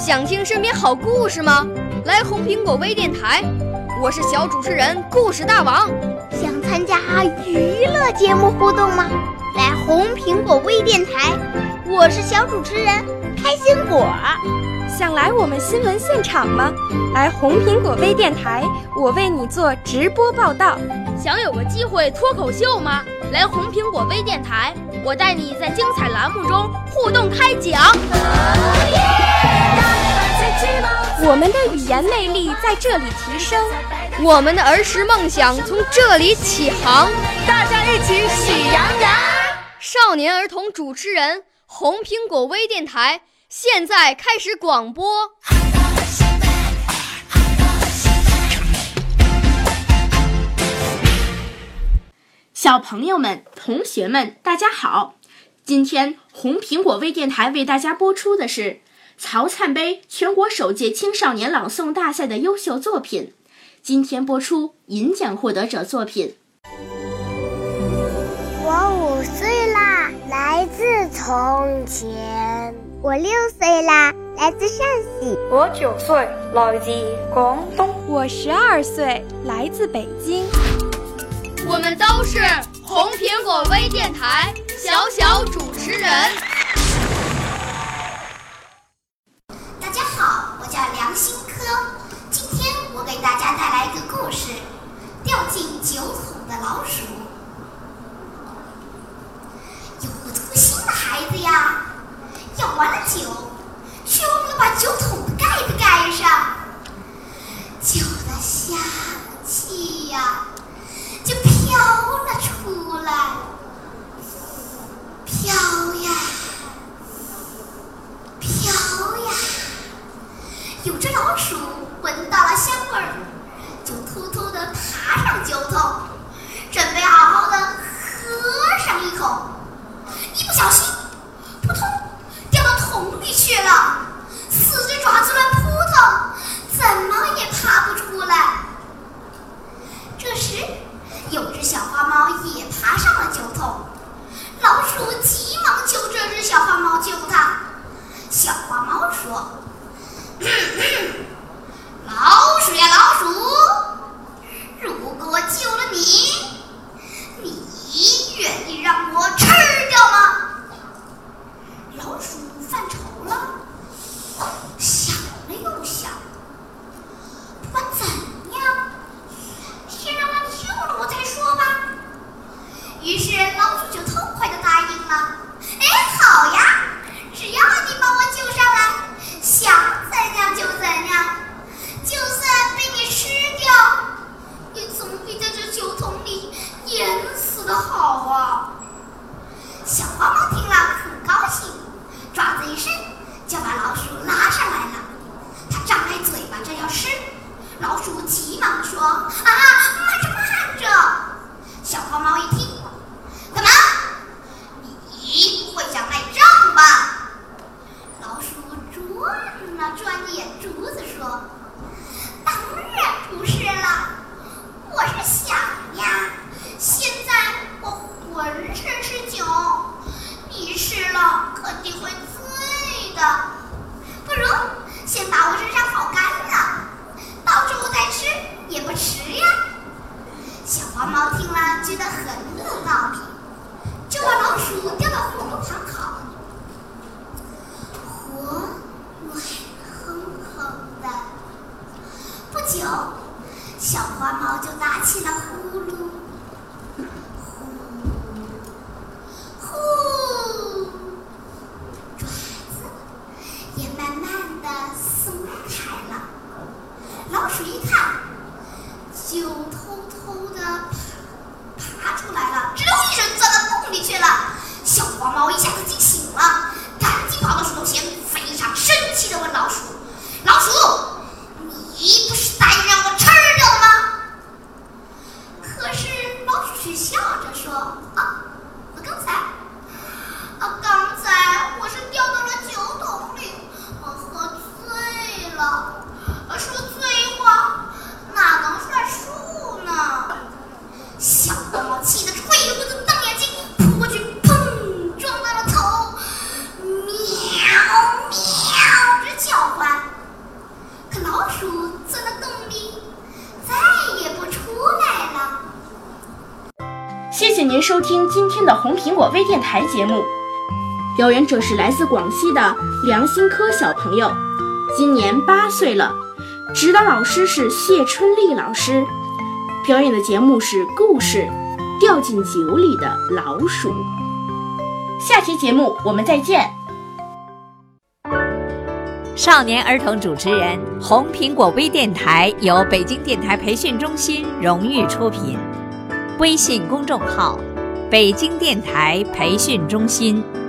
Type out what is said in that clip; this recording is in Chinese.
想听身边好故事吗？来红苹果微电台，我是小主持人故事大王。 想参加娱乐节目互动吗？来红苹果微电台，我是小主持人开心果。 想来我们新闻现场吗？来红苹果微电台，我为你做直播报道。 想有个机会脱口秀吗？来红苹果微电台，我带你在精彩栏目中互动开讲。 我们的语言魅力在这里提升， 我们的儿时梦想从这里起航。 大家一起喜羊羊。 少年儿童主持人，红苹果微电台现在开始广播。 小朋友们、同学们，大家好！今天红苹果微电台为大家播出的是曹灿杯全国首届青少年朗诵大赛的优秀作品。今天播出银奖获得者作品。 我5岁啦，来自从前。我6岁啦，来自陕西。 我9岁，来自广东。 我12岁，来自北京。 我们都是红苹果微电台小主持人。 大家好，我叫梁新科。今天我给大家带来一个故事，掉进酒桶的老鼠。有个粗心的孩子呀，舀完了酒，却忘了把酒桶的盖子盖上，酒的香气呀就飘了出来，飘呀飘呀，有只老鼠闻到了香味儿，就偷偷地爬上酒桶，准备好好的喝上一口，一不小心扑通掉到桶里去了，四只爪子乱扑腾，怎么也爬不出来。这时有只小花猫也爬上了酒桶，老鼠急忙求这只小花猫救它。小花猫说：老鼠呀老鼠，如果我救了你，你愿意让我吃掉吗？老鼠犯愁了，想了又想，不管怎样，先让它救了我再说吧。于是老鼠就痛快地答应了。好呀，只要你把我救上来，想怎样就怎样，就算被你吃掉，也总比在这酒桶里淹死的好啊。小花猫听了很高兴，爪子一伸就把老鼠拉上来了。它张开嘴巴正要吃，老鼠急忙说：慢着慢着。小花猫一听，干嘛？你不会想赖账吧？老鼠转了转眼珠子说：当然不是了，我是想呀，现在我浑身是酒，你吃了肯定会醉的，不如先把我身上烤干了，到时候再吃也不迟呀。小花猫听了觉得很有道理，就把老鼠吊到火炉旁烤。火暖烘烘的，不久小花猫就打起了呼噜，呼，爪子也慢慢地松开了。老鼠一看，就偷偷地爬出来了，吱溜一声钻到洞里去了。小花猫一下子惊醒了，赶紧跑到树洞前，非常生气地问老鼠：老鼠，你不是答应让我吃掉的吗？可是老鼠却笑着说：刚才我是掉到了酒桶里，我喝醉了，说醉话哪能算数收听今天的红苹果微电台节目。表演者是来自广西的梁新科小朋友，今年8岁了，指导老师是谢春丽老师。表演的节目是故事《掉进酒里的老鼠》。下期节目我们再见。 少年儿童主持人，红苹果微电台由北京电台培训中心荣誉出品，微信公众号：北京电台培训中心。